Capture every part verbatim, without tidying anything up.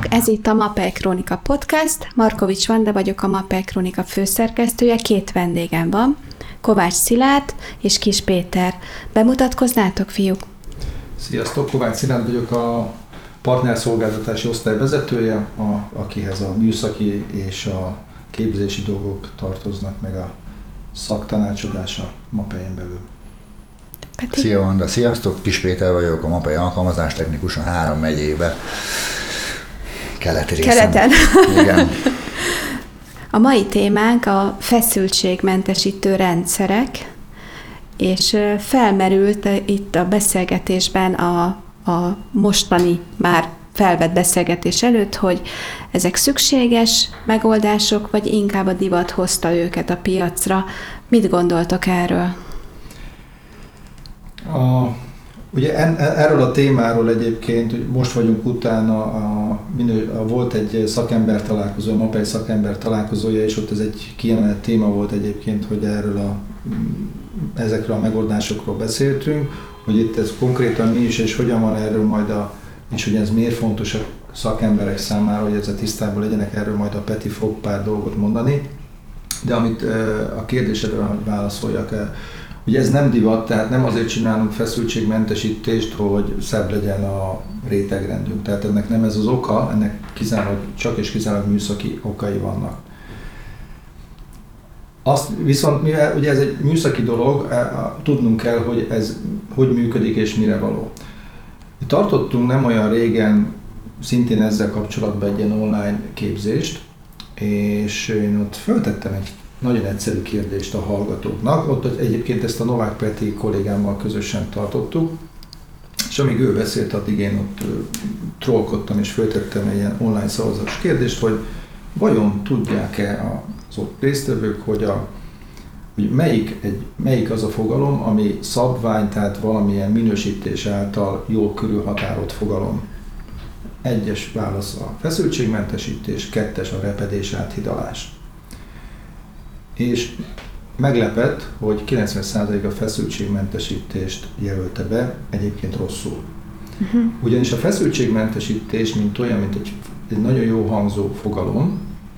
Sziasztok! Ez itt a Mapei Krónika Podcast. Markovics Vanda vagyok, a Mapei Krónika főszerkesztője. Két vendégem van, Kovács Szilárd és Kiss Péter. Bemutatkoznátok, fiúk? Sziasztok! Kovács Szilárd vagyok, a partnerszolgáltatási osztály vezetője, a, akihez a műszaki és a képzési dolgok tartoznak, meg a szaktanácsadás a Mapein belül. Peti? Szia Vanda, sziasztok! Kiss Péter vagyok, a Mapei alkalmazástechnikuson három megyébe. Keleti részen. Keleten. Igen. A mai témánk a feszültségmentesítő rendszerek, és felmerült itt a beszélgetésben a, a mostani már felvett beszélgetés előtt, hogy ezek szükséges megoldások, vagy inkább a divat hozta őket a piacra. Mit gondoltok erről? A, ugye en, erről a témáról egyébként most vagyunk utána, a, minő, a, volt egy szakember találkozó, a Mapei szakember találkozója, és ott ez egy kiemelt téma volt egyébként, hogy erről a, ezekről a megoldásokról beszéltünk, hogy itt ez konkrétan mi is, és hogyan van erről majd a, és hogy ez miért fontos a szakemberek számára, hogy ezzel tisztában legyenek, erről majd a Peti fog pár dolgot mondani. De amit a kérdésedre, hogy válaszoljak, ugye ez nem divat, tehát nem azért csinálunk feszültségmentesítést, hogy szebb legyen a rétegrendünk. Tehát ennek nem ez az oka, ennek kizárólag, csak és kizárólag műszaki okai vannak. Azt viszont, mivel ugye ez egy műszaki dolog, tudnunk kell, hogy ez hogy működik és mire való. Tartottunk nem olyan régen szintén ezzel kapcsolatban egy ilyen online képzést, és én ott föltettem egy nagyon egyszerű kérdést a hallgatóknak. Ott egyébként ezt a Novák Peti kollégámmal közösen tartottuk, és amíg ő beszélt, addig én ott trollkodtam és föltettem egy ilyen online szavazás kérdést, hogy vajon tudják-e az ott résztvevők, hogy, a, hogy melyik, egy, melyik az a fogalom, ami szabvány, tehát valamilyen minősítés által jól körülhatárolt fogalom. Egyes válasz a feszültségmentesítés, kettes a repedés áthidalás. És meglepett, hogy kilencven százalék a feszültségmentesítést jelölte be, egyébként rosszul. Uh-huh. Ugyanis a feszültségmentesítés, mint olyan, mint egy, egy nagyon jó hangzó fogalom,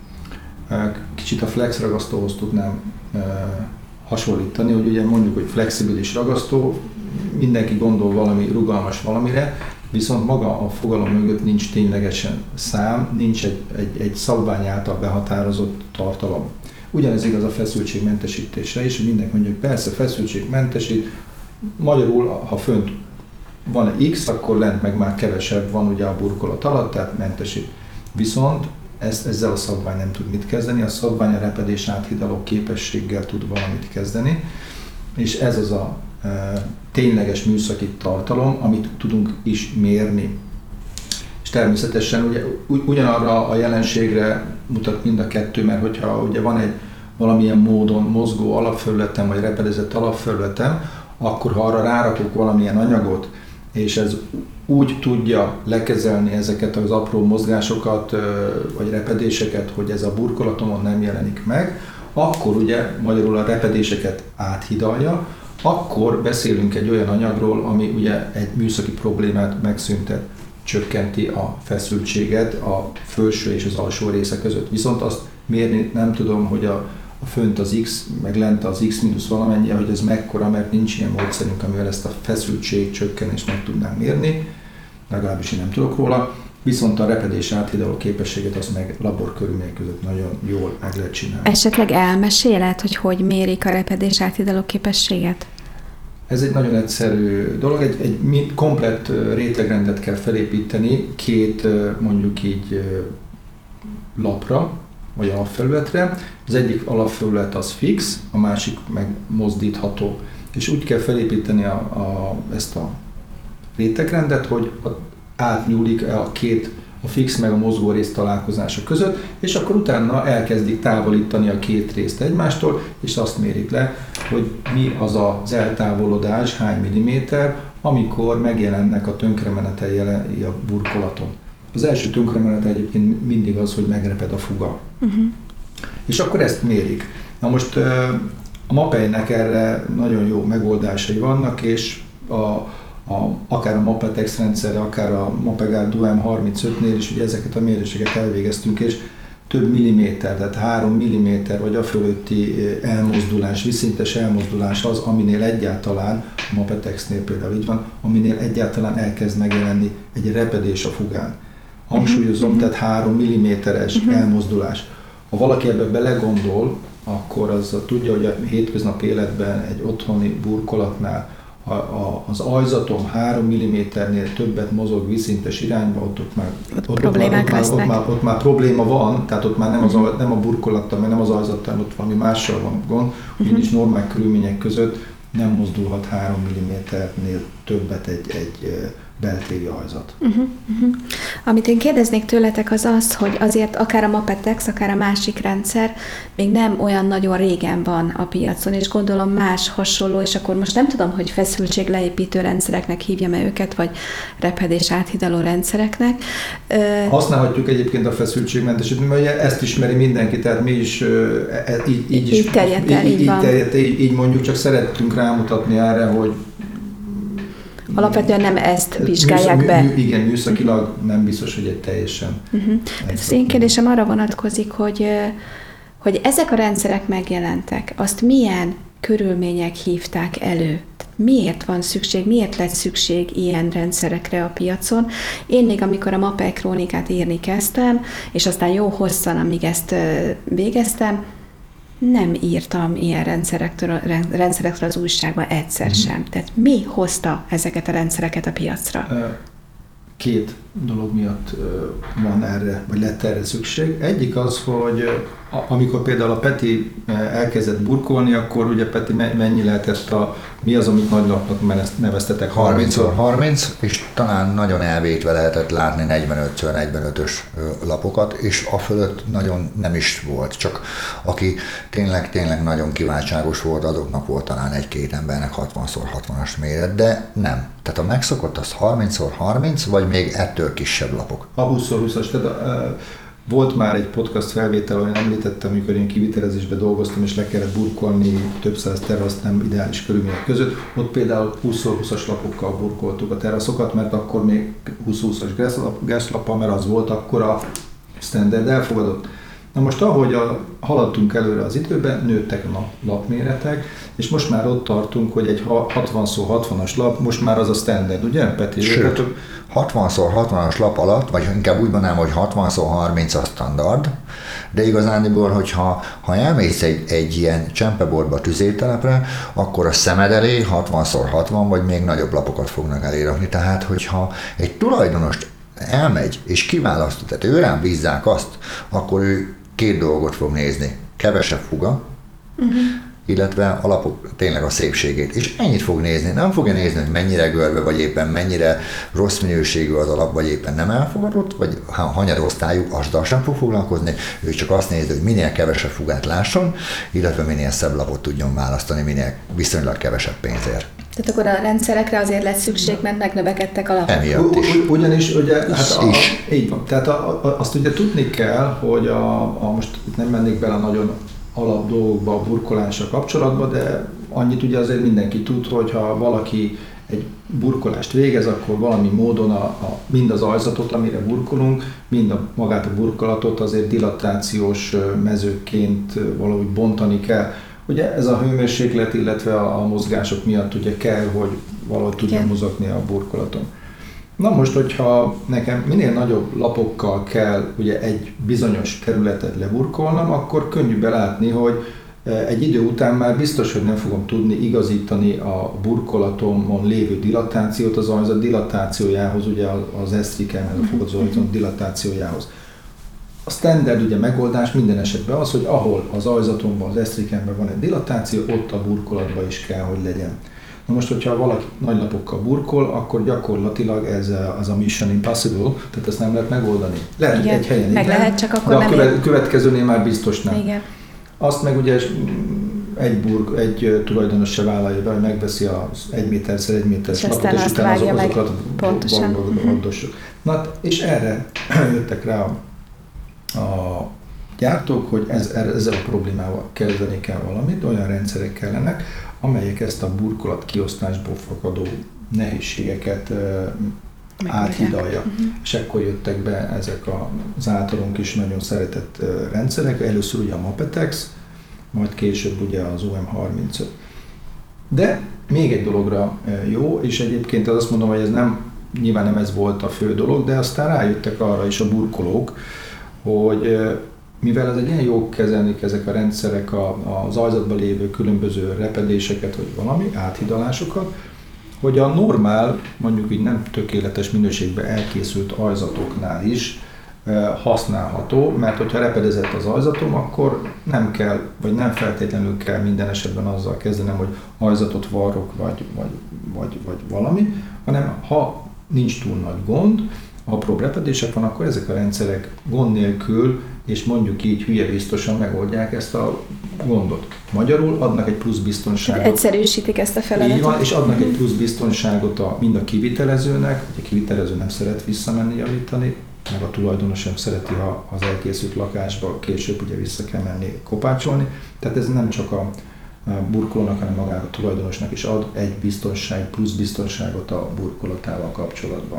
kicsit a flex ragasztóhoz tudnám uh, hasonlítani, hogy ugye mondjuk, hogy flexibilis ragasztó, mindenki gondol valami rugalmas valamire, viszont maga a fogalom mögött nincs ténylegesen szám, nincs egy, egy, egy szabvány által behatározott tartalom. Ugyanez igaz a feszültségmentesítésre is, hogy mindenki mondja, hogy persze feszültségmentesít, magyarul, ha fönt van egy X, akkor lent meg már kevesebb van ugye a burkolat alatt, tehát mentesít. Viszont ezt, ezzel a szabvány nem tud mit kezdeni, a szabvány a repedés áthidaló képességgel tud valamit kezdeni, és ez az a e, tényleges műszaki tartalom, amit tudunk is mérni. És természetesen ugye, ugyanarra a jelenségre mutat mind a kettő, mert hogyha ugye van egy valamilyen módon mozgó alapfelületem, vagy repedezett alapfelületem, akkor ha arra rárakok valamilyen anyagot, és ez úgy tudja lekezelni ezeket az apró mozgásokat, vagy repedéseket, hogy ez a burkolatomon nem jelenik meg, akkor ugye magyarul a repedéseket áthidalja, akkor beszélünk egy olyan anyagról, ami ugye egy műszaki problémát megszüntet, csökkenti a feszültséget a felső és az alsó része között. Viszont azt mérni nem tudom, hogy a, a fönt az X, meg lent az X mínusz valamennyi, hogy ez mekkora, mert nincs ilyen módszerünk, amivel ezt a feszültség csökkenést meg tudnánk mérni, legalábbis én nem tudok róla. Viszont a repedés áthidaló képességet azt meg laborkörülmények között nagyon jól meg lehet csinálni. Esetleg elmeséled, hogy hogy mérik a repedés áthidaló képességet? Ez egy nagyon egyszerű dolog, egy, egy komplett rétegrendet kell felépíteni két mondjuk így lapra, vagy alapfelületre. Az egyik alapfelület az fix, a másik meg mozdítható. És úgy kell felépíteni a, a, ezt a rétegrendet, hogy átnyúlik a két, a fix meg a mozgó rész találkozása között, és akkor utána elkezdik távolítani a két részt egymástól, és azt mérik le, hogy mi az az eltávolodás, hány milliméter, amikor megjelennek a tönkremenetei jelei a burkolaton. Az első tönkremenete egyébként mindig az, hogy megreped a fuga. Uh-huh. És akkor ezt mérik. Na most a Mapeinek erre nagyon jó megoldásai vannak, és a a, akár a Mapetex rendszerre, akár a Mapegard U M harmincötnél is ugye ezeket a méréseket elvégeztünk, és több milliméter, tehát három milliméter vagy a fölötti elmozdulás, vízszintes elmozdulás az, aminél egyáltalán, a Mapetexnél például így van, aminél egyáltalán elkezd megjelenni egy repedés a fugán. Hangsúlyozom, uh-huh. tehát három milliméteres uh-huh. elmozdulás. Ha valaki ebbe belegondol, akkor az tudja, hogy a hétköznapi életben egy otthoni burkolatnál a, a, az ajzatom három milliméternél többet mozog vízszintes irányba, ott, ott, már, ott, ott, problémák ott, már, ott, már, ott már probléma van, tehát ott már nem, uh-huh. az, nem a burkolattal, meg nem az ajzattal, ott valami mással van gond, ugyanis uh-huh. normál körülmények között nem mozdulhat három milliméternél többet egy, egy beltéri ajzat. Uh-huh, uh-huh. Amit én kérdeznék tőletek az az, hogy azért akár a Mapetex, akár a másik rendszer még nem olyan nagyon régen van a piacon, és gondolom más hasonló, és akkor most nem tudom, hogy feszültségleépítő rendszereknek hívjam-e őket, vagy repedés áthidaló rendszereknek. Használhatjuk egyébként a feszültségmentesítést, mert ezt ismeri mindenki, tehát mi is így, így, így terjedt el, így, így, így, terjedt, így, így mondjuk, csak szerettünk rámutatni erre, hogy alapvetően nem ezt vizsgálják műsz, be. Mű, igen, műszakilag uh-huh. nem biztos, hogy egy teljesen. Uh-huh. Az én kérdésem arra vonatkozik, hogy, hogy ezek a rendszerek megjelentek, azt milyen körülmények hívták elő? Miért van szükség, miért lett szükség ilyen rendszerekre a piacon? Én még amikor a Mapei Krónikát írni kezdtem, és aztán jó hosszan, amíg ezt végeztem, nem írtam ilyen rendszerekről, rendszerekről az újságban egyszer mm-hmm. sem. Tehát mi hozta ezeket a rendszereket a piacra? Két dolog miatt van erre, vagy lett erre szükség. Egyik az, hogy amikor például a Peti elkezdett burkolni, akkor ugye Peti mennyi lehetett a, mi az, amit nagylapnak neveztetek? harminc harminc, és talán nagyon elvétve lehetett látni negyvenöt negyvenötös lapokat, és a fölött nagyon nem is volt. Csak aki tényleg, tényleg nagyon kiváltságos volt, azoknak volt talán egy-két embernek hatvan hatvanas méret, de nem. Tehát a megszokott az harminc harminc, vagy még ettől kisebb lapok. A húsz húszas, tehát a, volt már egy podcast felvétel, ahol említettem, amikor én kivitelezésben dolgoztam, és le kellett burkolni több száz teraszt nem ideális körülmények között. Ott például húsz húszas lapokkal burkoltuk a teraszokat, mert akkor még húsz húszas gázlappal, mert az volt akkor a standard elfogadott. Na most, ahogy a, haladtunk előre az időben, nőttek a lapméretek, és most már ott tartunk, hogy egy hatvan hatvanas lap, most már az a standard, ugye, Peti? Sőt, hatvan hatvanas lap alatt, vagy inkább úgy mondanám, hogy hatvan harminc a standard, de igazándiból, hogyha ha elmész egy, egy ilyen csempeboltba tüzértelepre, akkor a szemed elé hatvan hatvan vagy még nagyobb lapokat fognak elérakni. Tehát, hogyha egy tulajdonos elmegy és kiválasztja, tehát ő rám bízzák azt, akkor ő két dolgot fog nézni. Kevesebb fuga, uh-huh. illetve alapok tényleg a szépségét. És ennyit fog nézni. Nem fogja nézni, hogy mennyire görbe, vagy éppen mennyire rossz minőségű az alap, vagy éppen nem elfogadott, vagy hanyar osztályú, azzal sem fog foglalkozni. Ő csak azt nézi, hogy minél kevesebb fugát lásson, illetve minél szebb lapot tudjon választani, minél viszonylag kevesebb pénzért. Tehát akkor a rendszerekre azért lett szükség, mert megnövekedtek a lapok. Emiatt is. Ugyanis, ugye, hát a, is. így van. Tehát a, a, azt ugye tudni kell, hogy a, a most itt nem mennék bele nagyon alap dolgokba a burkolással kapcsolatban, de annyit ugye azért mindenki tud, hogy ha valaki egy burkolást végez, akkor valami módon a, a, mind az ajzatot, amire burkolunk, mind a, magát a burkolatot azért dilatációs mezőként valahogy bontani kell. Ugye ez a hőmérséklet, illetve a, a mozgások miatt ugye kell, hogy valahogy tudjon mozogni a burkolaton. Na most, hogyha nekem minél nagyobb lapokkal kell ugye egy bizonyos területet leburkolnom, akkor könnyű belátni, hogy egy idő után már biztos, hogy nem fogom tudni igazítani a burkolatomon lévő dilatációt az ajzat dilatációjához, ugye az esztrikemhez, a fogadóajzat dilatációjához. A standard ugye megoldás minden esetben az, hogy ahol az ajzatomban, az esztrikemben van egy dilatáció, ott a burkolatban is kell, hogy legyen. Na most, hogyha valaki nagy lapokkal burkol, akkor gyakorlatilag ez a, az a Mission Impossible, tehát ezt nem lehet megoldani. Lehet, igen, egy helyen meg igen, lehet, csak akkor de a nem követ, következőnél már biztos nem. Igen. Azt meg ugye egy, burg, egy tulajdonos se vállalja be, hogy megveszi az egy méterszer egy méteres lapot, és utána azok, azokat pontosan. Na, és erre jöttek rá a, a gyártók, hogy ez, ezzel a problémával kezdeni kell valamit, olyan rendszerek kellenek, amelyek ezt a burkolat kiosztásból fakadó nehézségeket áthidalja. Uh-huh. És ekkor jöttek be ezek az általunk is nagyon szeretett rendszerek, először ugye a Mapetex, majd később ugye az o em harmincöt. De még egy dologra jó, és egyébként azt mondom, hogy ez nem, nyilván nem ez volt a fő dolog, de aztán rájöttek arra is a burkolók, hogy mivel ez egy ilyen jó kezelni ezek a rendszerek az ajzatban lévő különböző repedéseket, vagy valami áthidalásokat, hogy a normál, mondjuk így nem tökéletes minőségben elkészült ajzatoknál is használható, mert hogyha repedezett az ajzatom, akkor nem kell, vagy nem feltétlenül kell minden esetben azzal kezdenem, hogy ajzatot varrok, vagy, vagy, vagy, vagy valami, hanem ha nincs túl nagy gond, apró repedések van, akkor ezek a rendszerek gond nélkül, és mondjuk így hülye biztosan megoldják ezt a gondot. Magyarul adnak egy plusz biztonságot. Egyszerűsítik ezt a feladatot. Így van, és adnak egy plusz biztonságot a, mind a kivitelezőnek, hogy a kivitelező nem szeret visszamenni javítani, meg a tulajdonos sem szereti, ha az elkészült lakásba később ugye vissza kell menni kopácsolni. Tehát ez nem csak a burkolónak, hanem magának a tulajdonosnak is ad egy biztonság, plusz biztonságot a burkolatával kapcsolatban.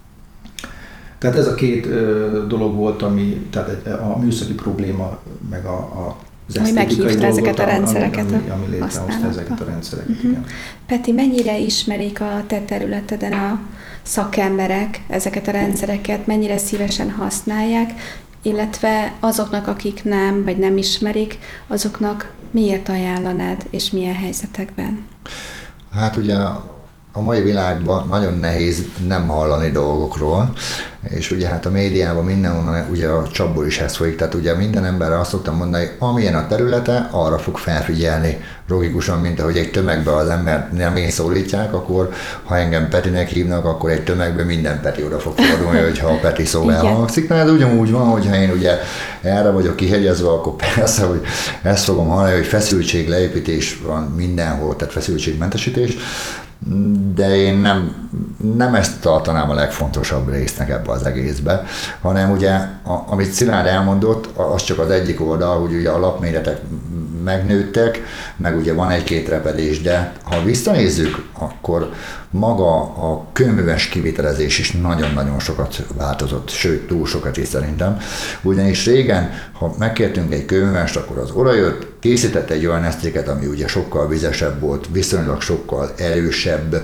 Tehát ez a két ö, dolog volt, ami, tehát a műszaki probléma, meg a, a az esztétikai dolgot, ezeket a rendszereket, ami, ami, ami létrehozta ezeket a rendszereket. Uh-huh. Igen. Peti, mennyire ismerik a te területeden a szakemberek ezeket a rendszereket, mennyire szívesen használják, illetve azoknak, akik nem, vagy nem ismerik, azoknak miért ajánlanád, és milyen helyzetekben? Hát ugye a mai világban nagyon nehéz nem hallani dolgokról, és ugye hát a médiában mindenhonnan ugye a csapból is ez folyik, tehát ugye minden emberre azt szoktam mondani, hogy amilyen a területe, arra fog felfigyelni logikusan, mint ahogy egy tömegben az ember nem én szólítják, akkor ha engem Petinek hívnak, akkor egy tömegben minden Peti oda fog fordulni, hogyha a Peti szó elhangzik. Na ez ugyanúgy van, hogyha én ugye erre vagyok kihegyezve, akkor persze, hogy ezt fogom hallani, hogy feszültség leépítés van mindenhol, tehát feszültségmentesítés, de én nem, nem ezt tartanám a legfontosabb résznek ebbe az egészbe, hanem ugye, a, amit Szilárd elmondott, az csak az egyik oldal, hogy ugye a lapméretek megnőttek, meg ugye van egy-két repedés, de ha visszanézzük, akkor maga a kőműves kivitelezés is nagyon-nagyon sokat változott, sőt, túl sokat is szerintem. Ugyanis régen, ha megkértünk egy kőművest, akkor az oda jött, készített egy olyan esztréket, ami ugye sokkal vizesebb volt, viszonylag sokkal erősebb,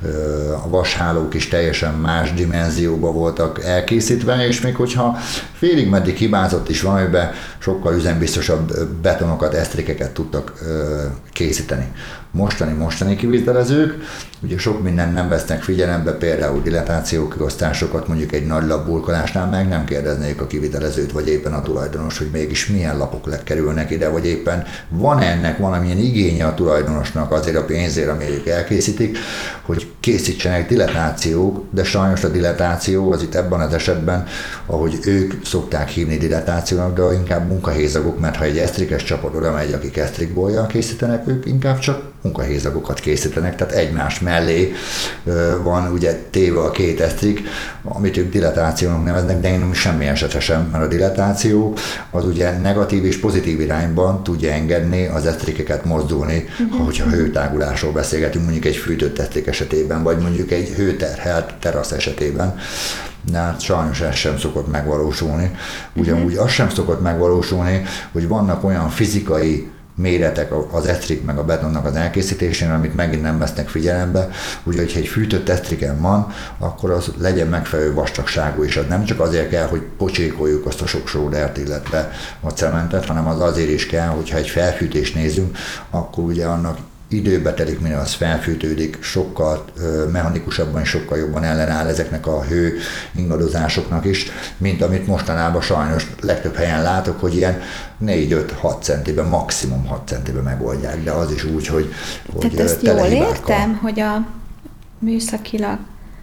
a vashálók is teljesen más dimenzióban voltak elkészítve, és még hogyha félig meddig hibázott is valamiben, sokkal üzembiztosabb betonokat, esztrékeket tudtak készíteni. Mostani, mostani kivitelezők ugye sok mindent nem vesznek figyelembe, például dilatáció kiosztásokat, mondjuk egy nagy lapburkolásnál meg nem kérdeznék a kivitelezőt, vagy éppen a tulajdonos, hogy mégis milyen lapok kerülnek ide, vagy éppen van ennek valamilyen igénye a tulajdonosnak azért a pénzért, ami ők elkészítik, hogy készítsenek dilatációk, de sajnos a dilatáció az itt ebben az esetben, ahogy ők szokták hívni dilatációnak, de inkább munkahézagok, mert ha egy esztrikes csapat oda megy, akik esztrikbollyal készítenek, ők inkább csak munkahézagokat készítenek, tehát egymás mellé van ugye téve a két esztrik, amit ők dilatációnak neveznek, de én semmi esetre sem, mert a dilatáció az ugye negatív és pozitív irányban tudja engedni az esztrikeket mozdulni, uh-huh. hogyha hőtágulásról beszélgetünk, mondjuk egy fűtött esztrik esetében, vagy mondjuk egy hőterhelt terasz esetében. De hát sajnos ez sem szokott megvalósulni. Ugyanúgy az sem szokott megvalósulni, hogy vannak olyan fizikai méretek az esztrik meg a betonnak az elkészítésén, amit megint nem vesznek figyelembe. Ugye, hogyha egy fűtött esztriken van, akkor az legyen megfelelő vastagságú, és az nem csak azért kell, hogy pocsékoljuk azt a sok sódert, illetve a cementet, hanem az azért is kell, hogyha egy felfűtést nézünk, akkor ugye annak időbe telik, mire az felfűtődik, sokkal ö, mechanikusabban és sokkal jobban ellenáll ezeknek a hő ingadozásoknak is, mint amit mostanában sajnos legtöbb helyen látok, hogy ilyen négy-öt-hat centiben, maximum hat centiben megoldják, de az is úgy, hogy, hogy tehát ezt jól értem, hogy a műszakilag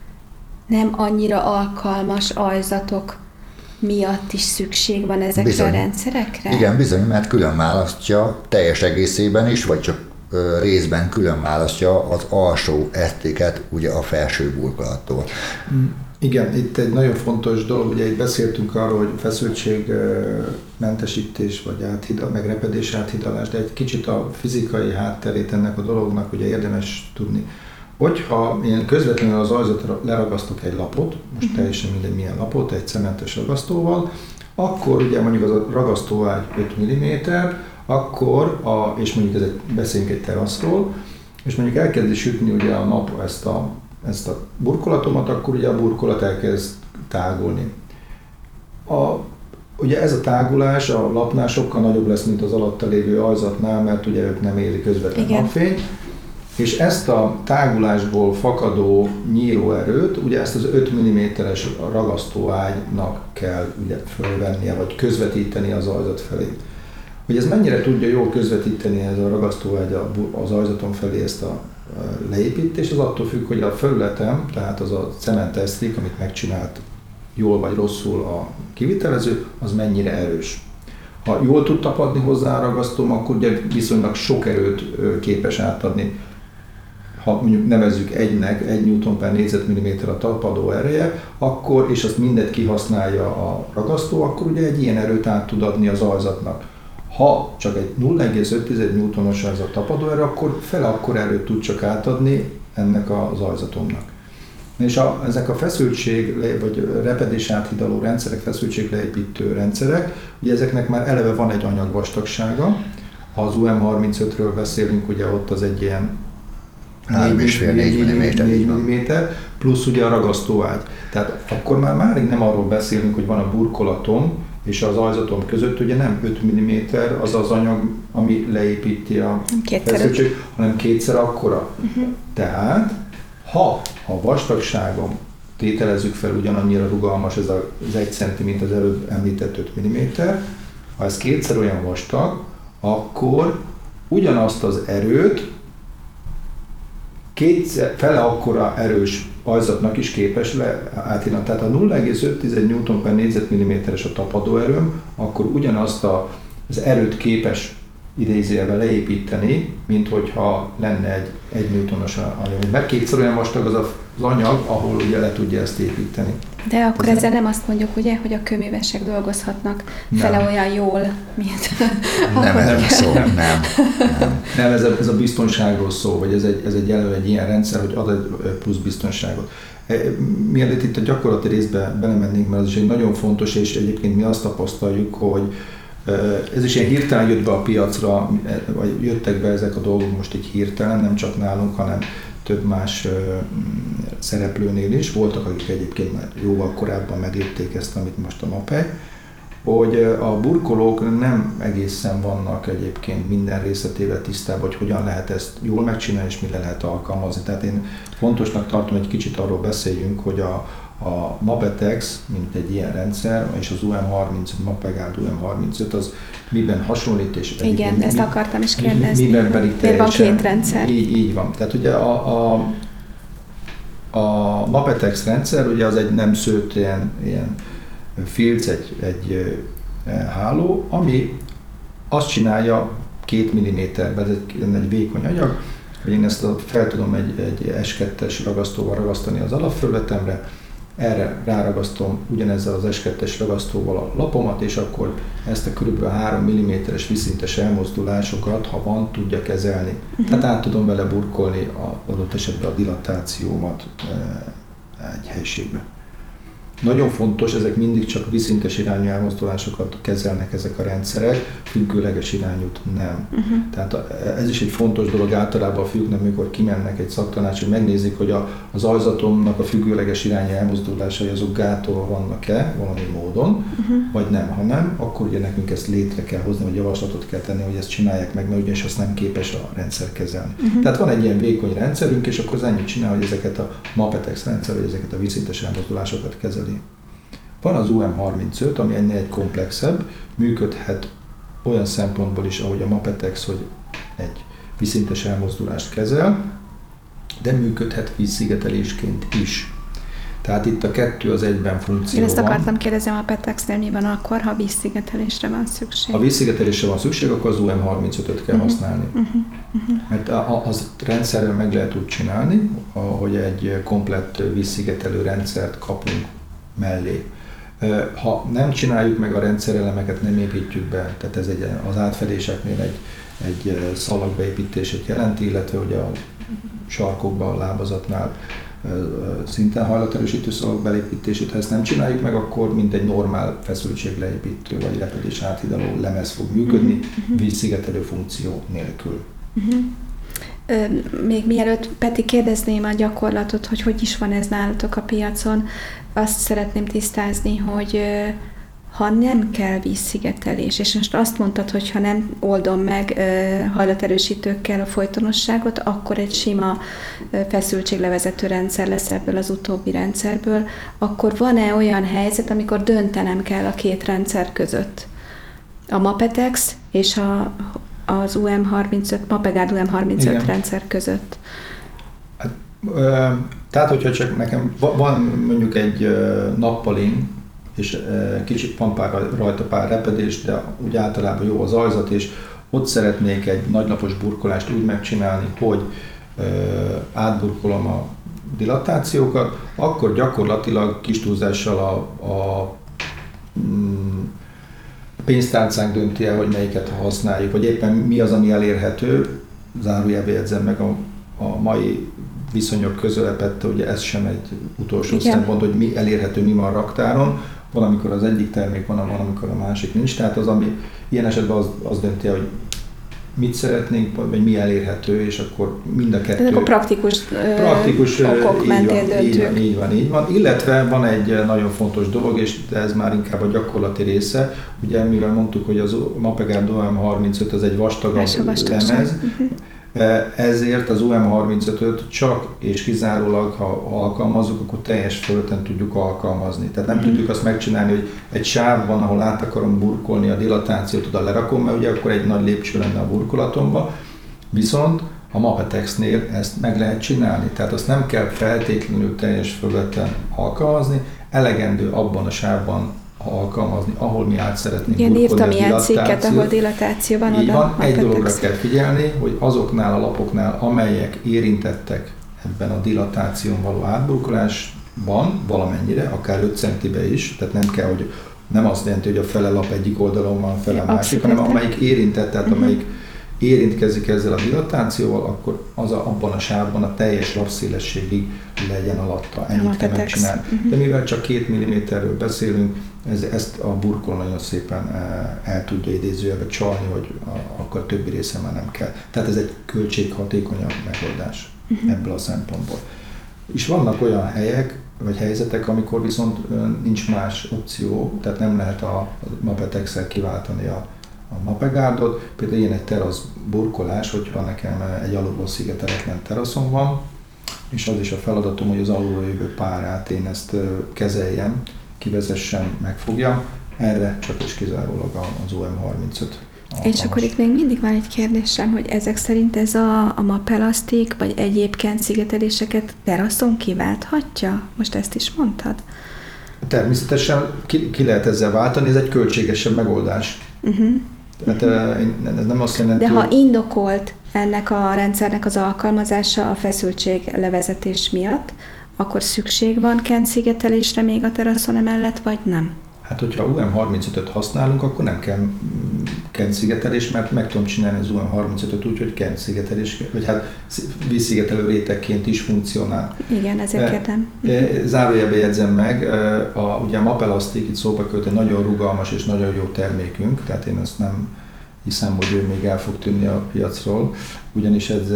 nem annyira alkalmas ajzatok miatt is szükség van ezekre bizony. A rendszerekre? Igen, bizony, mert külön választja teljes egészében is, vagy csak részben külön választja az alsó esztréket ugye a felső burkolattól. Igen, itt egy nagyon fontos dolog, ugye itt beszéltünk arról, hogy feszültségmentesítés, vagy áthidal, meg repedés áthidalás, de egy kicsit a fizikai hátterét ennek a dolognak ugye érdemes tudni. Hogyha én közvetlenül az ajzatra leragasztok egy lapot, most teljesen mindegy milyen lapot, egy cementes ragasztóval, akkor ugye mondjuk az a ragasztóágy öt milliméter, akkor, a, és mondjuk ez egy, beszéljünk egy teraszról, és mondjuk elkezdi sütni ugye a nap ezt a, ezt a burkolatomat, akkor ugye a burkolat elkezd tágulni. A, ugye ez a tágulás a lapnál sokkal nagyobb lesz, mint az alatta lévő ajzatnál, mert ugye ők nem éli közvetlen napfény, és ezt a tágulásból fakadó nyílóerőt, ugye ezt az öt milliméteres ragasztóágynak kell ugye fölvennie, vagy közvetíteni az ajzat felé. Hogy ez mennyire tudja jól közvetíteni ez a ragasztóágy az ajzaton felé ezt a leépítést, az attól függ, hogy a felületem, tehát az a cementesztrik, amit megcsinált jól vagy rosszul a kivitelező, az mennyire erős. Ha jól tud tapadni hozzá a ragasztóm, akkor ugye viszonylag sok erőt képes átadni. Ha mondjuk nevezzük egynek, egy newton per négyzetmilliméter a tapadó ereje, akkor, és azt mindet kihasználja a ragasztó, akkor ugye egy ilyen erőt át tud adni az ajzatnak. Ha csak egy nulla egész öt newtonos ez a tapadó erő, akkor fele akkor erőt tud csak átadni ennek az ajzatomnak. És a, ezek a feszültség, vagy repedés áthidaló rendszerek, feszültségleépítő rendszerek, ugye ezeknek már eleve van egy anyagvastagsága. Ha az U M harmincötről beszélünk, ugye ott az egy ilyen három egész öt négy milliméter, plusz ugye a ragasztóágy. Tehát akkor már máig nem arról beszélünk, hogy van a burkolatom és az ajzatom között, ugye nem öt milliméter az az anyag, ami leépíti a feszültség, hanem kétszer akkora. Uh-huh. Tehát ha a vastagságom, tételezzük fel, ugyanannyira rugalmas ez az egy centi, mint az előbb említett öt milliméter, ha ez kétszer olyan vastag, akkor ugyanazt az erőt kétszer, fele akkora erős ajzatnak is képes le átírni. Tehát ha nulla egész öt newton per négyzetmilliméteres a tapadóerőm, akkor ugyanazt a, az erőt képes idézőjelben leépíteni, mint hogyha lenne egy egy newtonos anyag. Mert kétszer olyan vastag az az anyag, ahol ugye le tudja ezt építeni. De akkor ez ezzel nem azt mondjuk, ugye, hogy a kőművesek dolgozhatnak nem. fele olyan jól, mint... Nem erről szó, nem. Nem, nem. nem ez, a, ez a biztonságról szól, vagy ez egy, ez egy jelölő egy ilyen rendszer, hogy ad egy plusz biztonságot. Mielőtt itt a gyakorlati részbe belemennénk, mert az is egy nagyon fontos, és egyébként mi azt tapasztaljuk, hogy ez is ilyen hirtelen jött be a piacra, vagy jöttek be ezek a dolgok most így hirtelen, nem csak nálunk, hanem több más szereplőnél is. Voltak, akik egyébként már jóval korábban megérték ezt, amit most a MAPEI, hogy a burkolók nem egészen vannak egyébként minden részletével tisztában, hogy hogyan lehet ezt jól megcsinálni, és mire lehet alkalmazni. Tehát én fontosnak tartom, hogy kicsit arról beszéljünk, hogy a, a MAPETEX, mint egy ilyen rendszer, és az U M harminc, MAPEGÁRD U M harmincöt, az miben hasonlít, és igen, mi, ezt akartam is kérdezni. Miben pedig miért van két rendszer? Így, így van. Tehát ugye a, a, a MAPETEX rendszer, ugye az egy nem szőtt ilyen, ilyen filc, egy, egy háló, ami azt csinálja két milliméterben, ez egy, egy vékony anyag, hogy én ezt a, fel tudom egy, egy S kettes ragasztóval ragasztani az alapfelületemre, erre ráragasztom ugyanezzel az S kettes ragasztóval a lapomat, és akkor ezt a kb. három milliméteres viszintes elmozdulásokat, ha van, tudja kezelni. Uh-huh. Tehát át tudom vele burkolni a adott esetben a dilatációmat egy helységbe. Nagyon fontos, ezek mindig csak viszintes irányú elmozdulásokat kezelnek ezek a rendszerek, függőleges irányút nem. Uh-huh. Tehát ez is egy fontos dolog általában a fiúknak, amikor kimennek egy szaktanács, hogy megnézik, hogy a, az ajzatomnak a függőleges irányú elmozdulásai azok gátolva vannak-e valami módon, uh-huh. vagy nem. Ha nem, akkor ugye nekünk ezt létre kell hozni, vagy javaslatot kell tenni, hogy ezt csinálják meg, mert ugyanis azt nem képes a rendszer kezelni. Uh-huh. Tehát van egy ilyen vékony rendszerünk, és akkor az ennyit csinál, hogy ezeket a MAPETEX rendszer, vagy ezeket a viszintes elmozdulásokat kezeli. Van az U M harmincöt, ami ennél egy komplexebb, működhet olyan szempontból is, ahogy a MAPETEX, hogy egy viszintes elmozdulást kezel, de működhet vízszigetelésként is. Tehát itt a kettő az egyben funkció Én ezt van. akartam kérdezni, a MAPETEX-nél mi van akkor, ha vízszigetelésre van szükség? Ha vízszigetelésre van szükség, akkor az U M harmincötöt kell uh-huh. használni. Uh-huh. Uh-huh. Mert az rendszerrel meg lehet úgy csinálni, hogy egy komplett vízszigetelő rendszert kapunk mellé. Ha nem csináljuk meg a rendszerelemeket, nem építjük be, tehát ez egy, az átfedéseknél egy, egy szalagbeépítését jelenti, illetve hogy a sarkokba, a lábazatnál szinten hajlaterősítő szalagok belépítését, ha ezt nem csináljuk meg, akkor mint egy normál feszültségleépítő vagy repedés áthidaló lemez fog működni, uh-huh. vízszigetelő funkció nélkül. Uh-huh. Még mielőtt, Peti, kérdezném a gyakorlatot, hogy hogy is van ez nálatok a piacon, azt szeretném tisztázni, hogy ha nem kell vízszigetelés, és most azt mondtad, hogy ha nem oldom meg hajlaterősítőkkel a folytonosságot, akkor egy sima feszültséglevezető rendszer lesz ebből az utóbbi rendszerből, akkor van-e olyan helyzet, amikor döntenem kell a két rendszer között? A Mapetex és a, az u em harmincöt, Mapegard u em harmincöt Igen. rendszer között. Hát, ö, tehát, hogyha csak nekem van mondjuk egy nappalin, és kicsit van pár, rajta pár repedés, de úgy általában jó az ajzat, és ott szeretnék egy nagylapos burkolást úgy megcsinálni, hogy ö, átburkolom a dilatációkat, akkor gyakorlatilag kis túlzással a, a mm, pénztárcánk dönti el, hogy melyiket használjuk, vagy éppen mi az, ami elérhető, zárójelbe jegyzem meg a, a mai viszonyok közölepette, ugye ez sem egy utolsó Igen. szempont, hogy mi elérhető, mi van raktáron, valamikor az egyik termék van, valamikor a másik nincs, tehát az, ami ilyen esetben az, az dönti el, hogy mit szeretnénk, vagy mi elérhető, és akkor mind a kettő... Ezek a praktikus, praktikus okok mentén döntők. Így van, így van, így van. Illetve van egy nagyon fontos dolog, és ez már inkább a gyakorlati része. Ugye, mivel mondtuk, hogy az Mapegard u em harmincöt az egy vastagabb lemez, uh-huh. ezért az u em harmincötöt csak és kizárólag, ha alkalmazzuk, akkor teljes fölötten tudjuk alkalmazni. Tehát nem mm. tudjuk azt megcsinálni, hogy egy sáv van, ahol át akarom burkolni a dilatációt, oda lerakom, mert ugye akkor egy nagy lépcső lenne a burkolatomba. Viszont a Mapetexnél ezt meg lehet csinálni, tehát azt nem kell feltétlenül teljes fölötten alkalmazni, elegendő abban a sávban alkalmazni, ahol mi át szeretnénk Igen, burkolni írtam ilyen cikket, ahol dilatáció van. Így oda van, egy dologra kell figyelni, hogy azoknál a lapoknál, amelyek érintettek ebben a dilatáción való átburkolásban valamennyire, akár öt centibe is, tehát nem kell, hogy nem azt jelenti, hogy a fele lap egyik oldalon van, a fele ja, másik, hanem amelyik érintett, tehát uh-huh. amelyik érintkezik ezzel a dilatációval, akkor az a, abban a sávban a teljes lapszélességig legyen alatta. Ennyit kell megcsinálni. Uh-huh. De mivel csak két milliméterről beszélünk, ez, ezt a burkoló nagyon szépen el tudja idézőjelbe csalni, hogy a, akkor a többi része már nem kell. Tehát ez egy költséghatékonyabb megoldás uh-huh. ebből a szempontból. És vannak olyan helyek, vagy helyzetek, amikor viszont nincs más opció, tehát nem lehet a Mapetex-el kiváltani a a Mapegardot, például ilyen egy terasz burkolás, hogyha nekem egy alulról szigeteletlen teraszom van, és az is a feladatom, hogy az alulról jövő párát én ezt kezeljem, kivezessem, megfogjam, erre csak és kizárólag az u em harmincöt alkalmas. És akkor itt még mindig van egy kérdésem, hogy ezek szerint ez a, a mapelasztik, vagy egyéb kentszigeteléseket teraszon kiválthatja? Most ezt is mondtad? Természetesen ki, ki lehet ezzel váltani, ez egy költségesebb megoldás. Uh-huh. Tehát uh-huh. ez nem azt jelenti, De ha indokolt ennek a rendszernek az alkalmazása a feszültség levezetés miatt, akkor szükség van kentszigetelésre még a teraszon emellett, vagy nem? Hát, hogyha u em harmincötöt használunk, akkor nem kell kentszigetelés, mert meg tudom csinálni az u em harmincötöt úgy, hogy kentszigetelés, vagy hát vízszigetelő rétegként is funkcionál. Igen, ezért kérdem. Zárójelbe jegyzem meg, a, ugye a Mapelasztik itt szóba került, egy nagyon rugalmas és nagyon jó termékünk, tehát én azt nem hiszem, hogy ő még el fog tűnni a piacról, ugyanis ez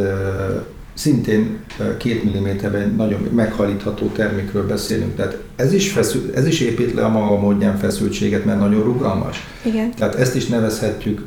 szintén két milliméterben nagyon meghajlítható termékről beszélünk, tehát ez is, feszül, ez is épít le a maga módján feszültséget, mert nagyon rugalmas. Igen. Tehát ezt is nevezhetjük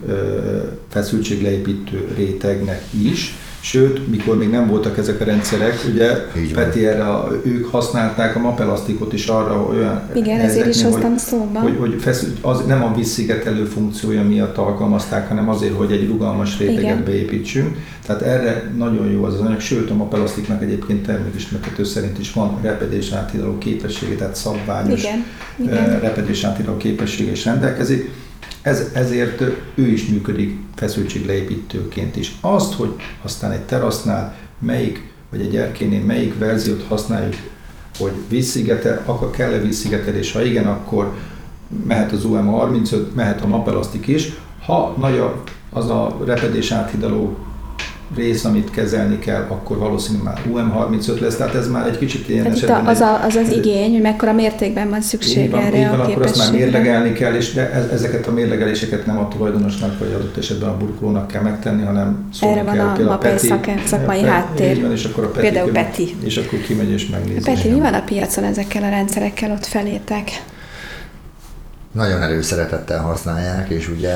feszültségleépítő rétegnek is, sőt, mikor még nem voltak ezek a rendszerek, ugye Peti erre, a, ők használták a Mapelasztikot is arra olyan Igen, ezért is hoztam szóba. Hogy, hogy feszül, az nem a vízszigetelő funkciója miatt alkalmazták, hanem azért, hogy egy rugalmas réteget Igen. beépítsünk. Tehát erre nagyon jó az az anyag, sőt a Mapelasztiknak egyébként termékismertető szerint is van repedés áthidaló képessége, tehát szabványos Igen. Igen. repedés áthidaló képessége is rendelkezik. Ez, ezért ő is működik feszültségleépítőként is. Azt, hogy aztán egy terasznál melyik, vagy egy erkénél melyik verziót használjuk, hogy vízszigetel, akkor kell-e vízszigetelés, ha igen, akkor mehet az u em harmincöt, mehet a Mapelasztik is. Ha nagy a, az a repedés áthidaló rész, amit kezelni kell, akkor valószínűleg már u em harmincöt lesz, tehát ez már egy kicsit ilyen tehát esetben... az, a, az az egy, igény, hogy mekkora mértékben van szükség van, erre így van, a akkor azt már képességre. mérlegelni kell, és de ezeket a mérlegeléseket nem a tulajdonosnak, vagy adott esetben a burkolónak kell megtenni, hanem erre van kell, a kell MAPEI szakmai háttér. Van, és akkor a Peti, Például Peti. És akkor kimegy és megnézi. Peti, mi van a piacon ezekkel a rendszerekkel ott felétek? Nagyon előszeretettel használják, és ugye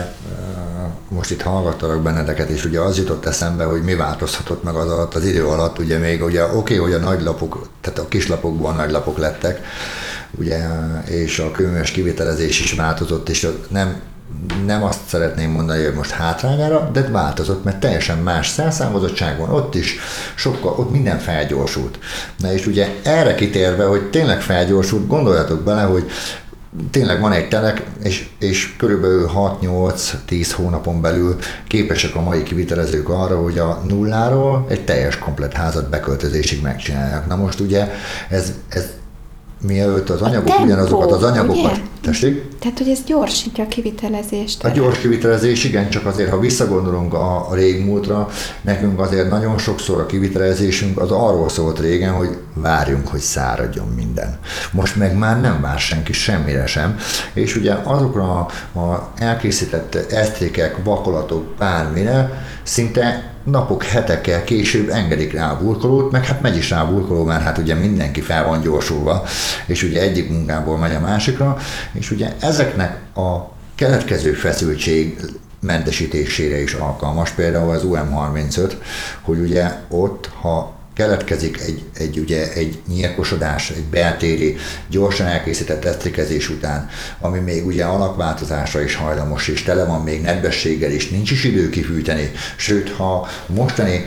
most itt hallgattalak benneteket, és ugye az jutott eszembe, hogy mi változhatott meg az alatt, az idő alatt, ugye még ugye oké, okay, hogy a nagy lapok, tehát a kis lapokban nagy lapok lettek, ugye, és a kőműves kivitelezés is változott, és nem, nem azt szeretném mondani, hogy most hátrányára, de változott, mert teljesen más szerszámozottság van, ott is sokkal, ott minden felgyorsult. Na és ugye erre kitérve, hogy tényleg felgyorsult, gondoljatok bele, hogy tényleg van egy telek, és, és körülbelül hat-nyolc-tíz hónapon belül képesek a mai kivitelezők arra, hogy a nulláról egy teljes komplet házat beköltözésig megcsinálják. Na most ugye ez, ez mielőtt az anyagok, tempó, ugyanazokat az anyagokat... Ugye? Tessék? Tehát, hogy ez gyorsítja a kivitelezést. A gyors kivitelezés, igen, csak azért, ha visszagondolunk a, a régmúltra, nekünk azért nagyon sokszor a kivitelezésünk az arról szólt régen, hogy várjunk, hogy száradjon minden. Most meg már nem vár senki semmire sem, és ugye azokra a, a elkészített esztrékek, vakolatok, bármire szinte napok, hetekkel később engedik rá a burkolót, meg hát megy is rá a burkoló, mert hát ugye mindenki fel van gyorsulva, és ugye egyik munkából megy a másikra, és ugye ezeknek a keletkező feszültség mentesítésére is alkalmas, például az u em harmincöt, hogy ugye ott, ha keletkezik egy, egy, ugye, egy nyírkosodás, egy beltéri, gyorsan elkészített esztrékezés után, ami még ugye alakváltozásra is hajlamos, és tele van még nedvességgel is, nincs is idő kifűteni, sőt, ha mostani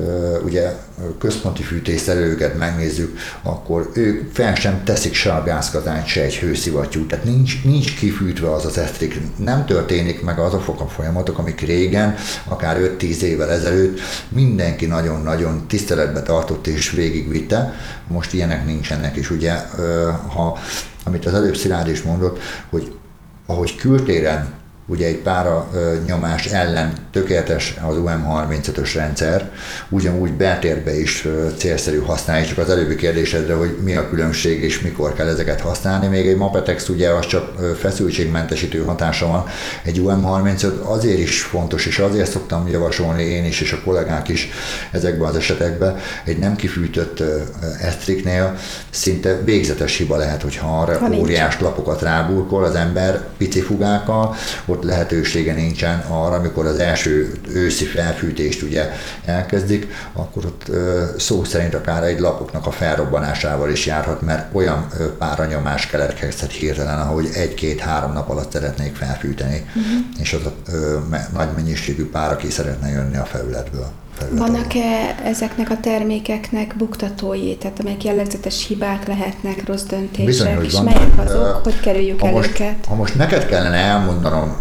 ugye, központi fűtésszerelőket megnézzük, akkor ők fel sem teszik se a gázkazányt, se egy hőszivattyút, tehát nincs, nincs kifűtve az az esztrék, nem történik meg az a foka folyamatok, amik régen, akár öt-tíz évvel ezelőtt mindenki nagyon-nagyon tiszteletbe tartott és végigvitte, most ilyenek nincsenek, és ugye, ha, amit az előbb Szilárd is mondott, hogy ahogy kültéren ugye egy pára nyomás ellen tökéletes az u em harmincötös rendszer, ugyanúgy beltérbe is célszerű használni, csak az előbbi kérdésedre, hogy mi a különbség és mikor kell ezeket használni. Még egy Mapetex ugye az csak feszültségmentesítő hatása van. Egy u em harmincöt azért is fontos, és azért szoktam javasolni én is, és a kollégák is ezekben az esetekben, egy nem kifűtött esztriknél szinte végzetes hiba lehet, hogyha arra ha óriás lapokat ráburkol az ember pici fugákkal, ott lehetősége nincsen arra, amikor az első őszi felfűtést ugye elkezdik, akkor ott szó szerint akár egy lapoknak a felrobbanásával is járhat, mert olyan páranyomás keletkezhet hirtelen, ahogy egy-két-három nap alatt szeretnék felfűteni, uh-huh. és az a ö, nagy mennyiségű pára ki szeretne jönni a felületből. Vannak-e ezeknek a termékeknek buktatói, tehát amelyek jellegzetes hibák lehetnek, rossz döntések, Bizony, és van. melyek azok, hogy kerüljük ha el most, őket? Ha most neked kellene elmondanom,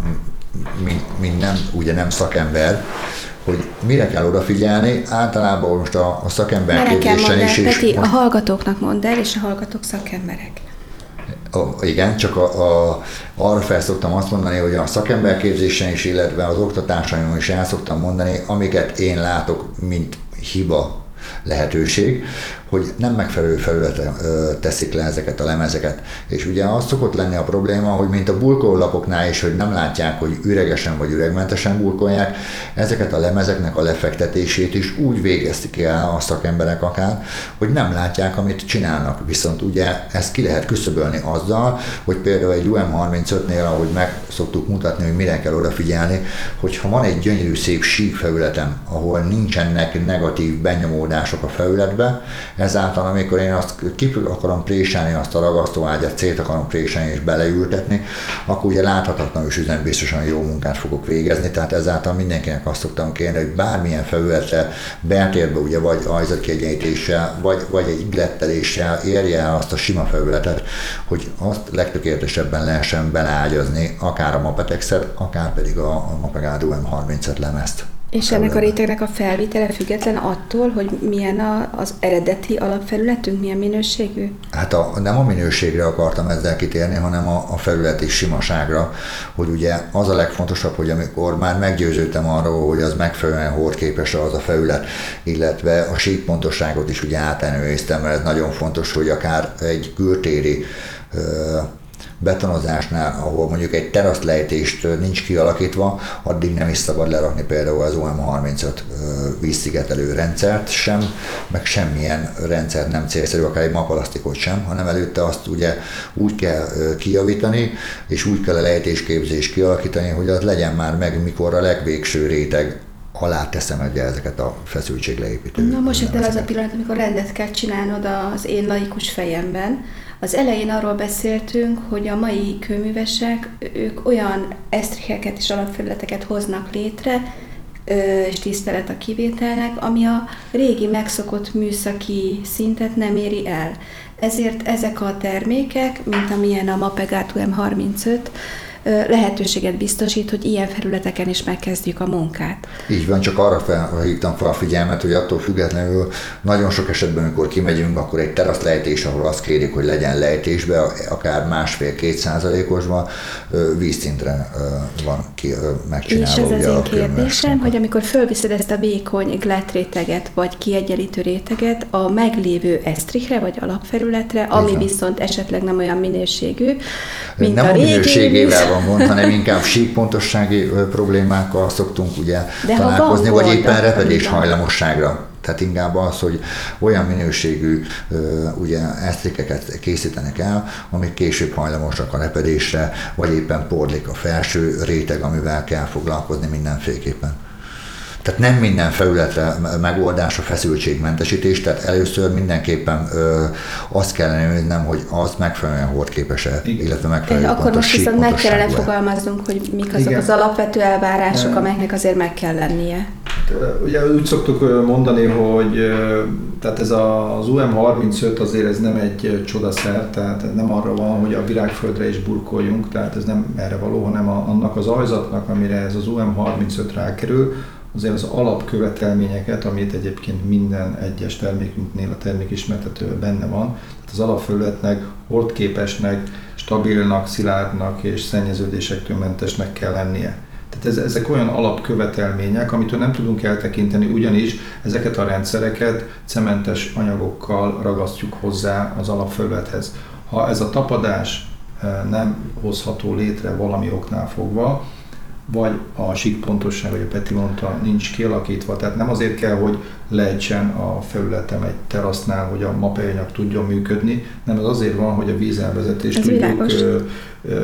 mint, mint nem, ugye nem szakember, hogy mire kell odafigyelni, általában most a, a szakember képzésen is. És Peti, most... a hallgatóknak mondd el, és a hallgatók szakemberek. A, igen, csak a, a, arra fel szoktam azt mondani, hogy a szakemberképzésen is, illetve az oktatásaimon is el szoktam mondani, amiket én látok, mint hiba lehetőség, hogy nem megfelelő felületre teszik le ezeket a lemezeket. És ugye az szokott lenni a probléma, hogy mint a burkolólapoknál is, hogy nem látják, hogy üregesen vagy üregmentesen burkolják, ezeket a lemezeknek a lefektetését is úgy végeztik el a szakemberek akár, hogy nem látják, amit csinálnak. Viszont ugye ezt ki lehet küszöbölni azzal, hogy például egy u em harmincötnél, ahogy meg szoktuk mutatni, hogy mire kell odafigyelni, hogyha van egy gyönyörű szép sík felületem, ahol nincsenek negatív benyomódások a felületbe, ezáltal, amikor én azt ki akarom préselni, azt a ragasztóágyat szét akarom préselni és beleültetni, akkor ugye láthatatlanul is üzembiztosan jó munkát fogok végezni, tehát ezáltal mindenkinek azt szoktam kérni, hogy bármilyen felületre, beltérbe ugye vagy ajzatkiegyenlítéssel, vagy, vagy egy illetteléssel érje el azt a sima felületet, hogy azt legtökéletesebben lehessen beleágyazni, akár a Mapetexet, akár pedig a, a Mapegád u em harmincöt lemezt. És ennek a rétegnek a felvitele független attól, hogy milyen a, az eredeti alapfelületünk, milyen minőségű? Hát a, nem a minőségre akartam ezzel kitérni, hanem a, a felületi simaságra, hogy ugye az a legfontosabb, hogy amikor már meggyőződtem arról, hogy az megfelelően hordképes az a felület, illetve a síkpontosságot is ugye átellenőriztem, mert ez nagyon fontos, hogy akár egy kültéri betonozásnál, ahol mondjuk egy teraszlejtést nincs kialakítva, addig nem is szabad lerakni például az o em harmincöt vízszigetelő rendszert sem, meg semmilyen rendszert nem célszerű, akár egy mapalasztikot sem, hanem előtte azt ugye úgy kell kijavítani, és úgy kell a lejtésképzést kialakítani, hogy az legyen már meg, mikor a legvégső réteg alá teszem ugye ezeket a feszültségleépítő. Na most itt el az a pillanat, amikor rendet kell csinálnod az én laikus fejemben. Az elején arról beszéltünk, hogy a mai kőművesek, ők olyan esztriheket és alapfelületeket hoznak létre, és tisztelet a kivételnek, ami a régi megszokott műszaki szintet nem éri el. Ezért ezek a termékek, mint amilyen a Mapegát u em harmincöt, lehetőséget biztosít, hogy ilyen felületeken is megkezdjük a munkát. Így van, csak arra felhívtam fel a figyelmet, hogy attól függetlenül nagyon sok esetben, amikor kimegyünk, akkor egy teraszlejtés, ahol azt kérik, hogy legyen lejtésbe, akár másfél-két százalékosban vízszintre van ki, megcsinálva. És ez ugye az én a kérdésem, hogy amikor fölviszed ezt a vékony gletréteget, vagy kiegyenlítő réteget a meglévő esztrihre, vagy alapfelületre, ami viszont esetleg nem olyan minőségű, mint nem a, a régi minőségével van gond, hanem inkább síkpontossági problémákkal szoktunk ugye de találkozni, vagy gond, éppen repedés hajlamosságra. Tehát inkább az, hogy olyan minőségű ugye esztrikeket készítenek el, amik később hajlamosak a repedésre, vagy éppen porlik a felső réteg, amivel kell foglalkozni mindenféleképpen. Tehát nem minden felületre megoldás a feszültségmentesítés, tehát először mindenképpen ö, azt kellene néznem, hogy az megfelelően hordképes-e, illetve megfelelő akkor pontos most viszont meg kellene síkpontosságú-e. fogalmaznunk, hogy mik azok Igen. az alapvető elvárások, amelyeknek azért meg kell lennie. Ugye úgy szoktuk mondani, hogy tehát ez az u em harmincöt azért ez nem egy csodaszer, tehát nem arra van, hogy a virágföldre is burkoljunk, tehát ez nem erre való, hanem a, annak az ajzatnak, amire ez az u em harmincöt rákerül, azért az alapkövetelményeket, amit egyébként minden egyes termékünknél a termékismertetőben benne van, tehát az alapfelületnek hordképesnek, stabilnak, szilárdnak és szennyeződésektől mentesnek kell lennie. Tehát ez, ezek olyan alapkövetelmények, amitől nem tudunk eltekinteni, ugyanis ezeket a rendszereket cementes anyagokkal ragasztjuk hozzá az alapfelülethez. Ha ez a tapadás nem hozható létre valami oknál fogva, vagy a síkpontosság, vagy a Peti mondta, nincs kialakítva, tehát nem azért kell, hogy leegysen a felületem egy terasznál, hogy a mapanyag tudjon működni, nem az azért van, hogy a vízelvezetést Ez tudjuk, ö, ö,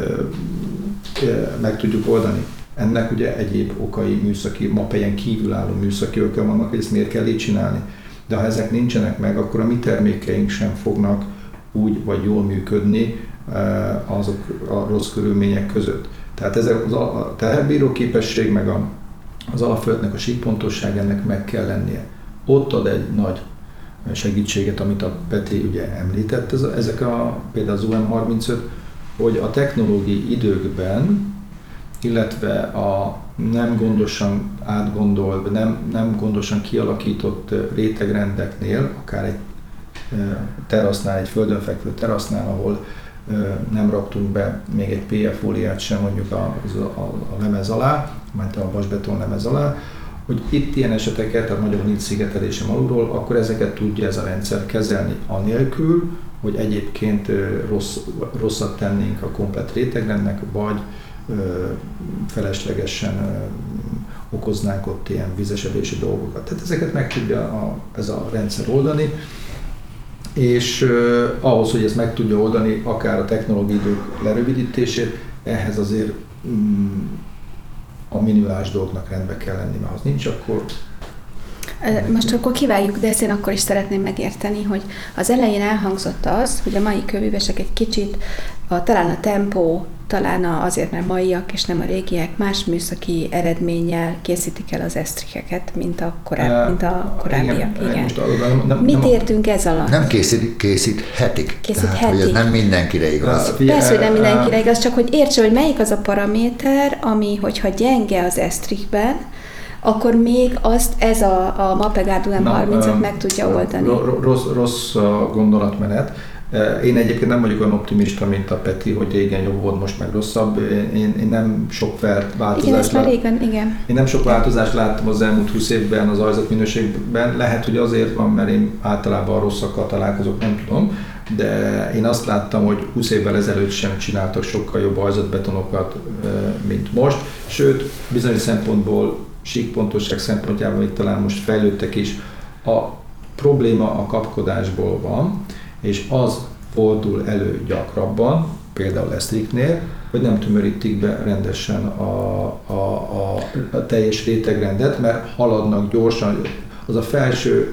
ö, meg tudjuk oldani. Ennek ugye egyéb okai, műszaki, maphelyen kívülálló műszaki okai vannak, hogy ezt miért kell így csinálni. De ha ezek nincsenek meg, akkor a mi termékeink sem fognak úgy vagy jól működni azok a rossz körülmények között. Tehát ez a teherbíró képesség, meg a, az alapfelületnek a síkpontosság, ennek meg kell lennie. Ott ad egy nagy segítséget, amit a Peti ugye említett, ez a, ezek a, például az u em harmincöt, hogy a technológiai időkben, illetve a nem gondosan átgondolt, nem, nem gondosan kialakított rétegrendeknél, akár egy terasznál, egy földön fekvő terasznál, ahol nem raktunk be még egy pé ef fóliát sem mondjuk a, a, a lemez alá, majd a vasbeton lemez alá, hogy itt ilyen eseteket, tehát magyarul nincs szigetelésem alulról, akkor ezeket tudja ez a rendszer kezelni anélkül, hogy egyébként rossz, rosszat tennénk a komplett rétegrendnek, vagy ö, feleslegesen ö, okoznánk ott ilyen vízesedési dolgokat. Tehát ezeket meg tudja a, ez a rendszer oldani, és uh, ahhoz, hogy ezt meg tudja oldani, akár a technológiai idők lerövidítését, ehhez azért um, a minimális dolgoknak rendbe kell lenni, mert ha az nincs, akkor... Most akkor kivágjuk, de ezt én akkor is szeretném megérteni, hogy az elején elhangzott az, hogy a mai kőművesek egy kicsit, a, talán a tempó, talán azért, mert maiak és nem a régiek, más műszaki eredménnyel készítik el az esztriheket, mint a, koráb, mint a korábbiak. Igen, igen. Most arra, nem, nem, Mit nem értünk ez alatt? Nem készít, készíthetik. Készíthetik. Tehát, hogy ez nem mindenkire igaz. Persze, hogy nem mindenkire igaz, csak hogy értse, hogy melyik az a paraméter, ami, hogyha gyenge az esztrihben, akkor még azt ez a, a Mapegard u em harmincöt meg tudja oldani. Rossz, rossz gondolatmenet. Én egyébként nem vagyok olyan optimista, mint a Peti, hogy régen jobb volt, most meg rosszabb. Én, én nem sok változást igen, ezt már régen, igen. Én nem sok változást láttam az elmúlt húsz évben az ajzatminőségben. Lehet, hogy azért van, mert én általában a rosszakkal találkozok, nem tudom. De én azt láttam, hogy húsz évvel ezelőtt sem csináltak sokkal jobb ajzatbetonokat, mint most. Sőt, bizonyos szempontból, síkpontosság szempontjából itt talán most fejlődtek is. A probléma a kapkodásból van, és az fordul elő gyakrabban, például esztriknél, hogy nem tömörítik be rendesen a, a, a, a teljes rétegrendet, mert haladnak gyorsan. Az a felső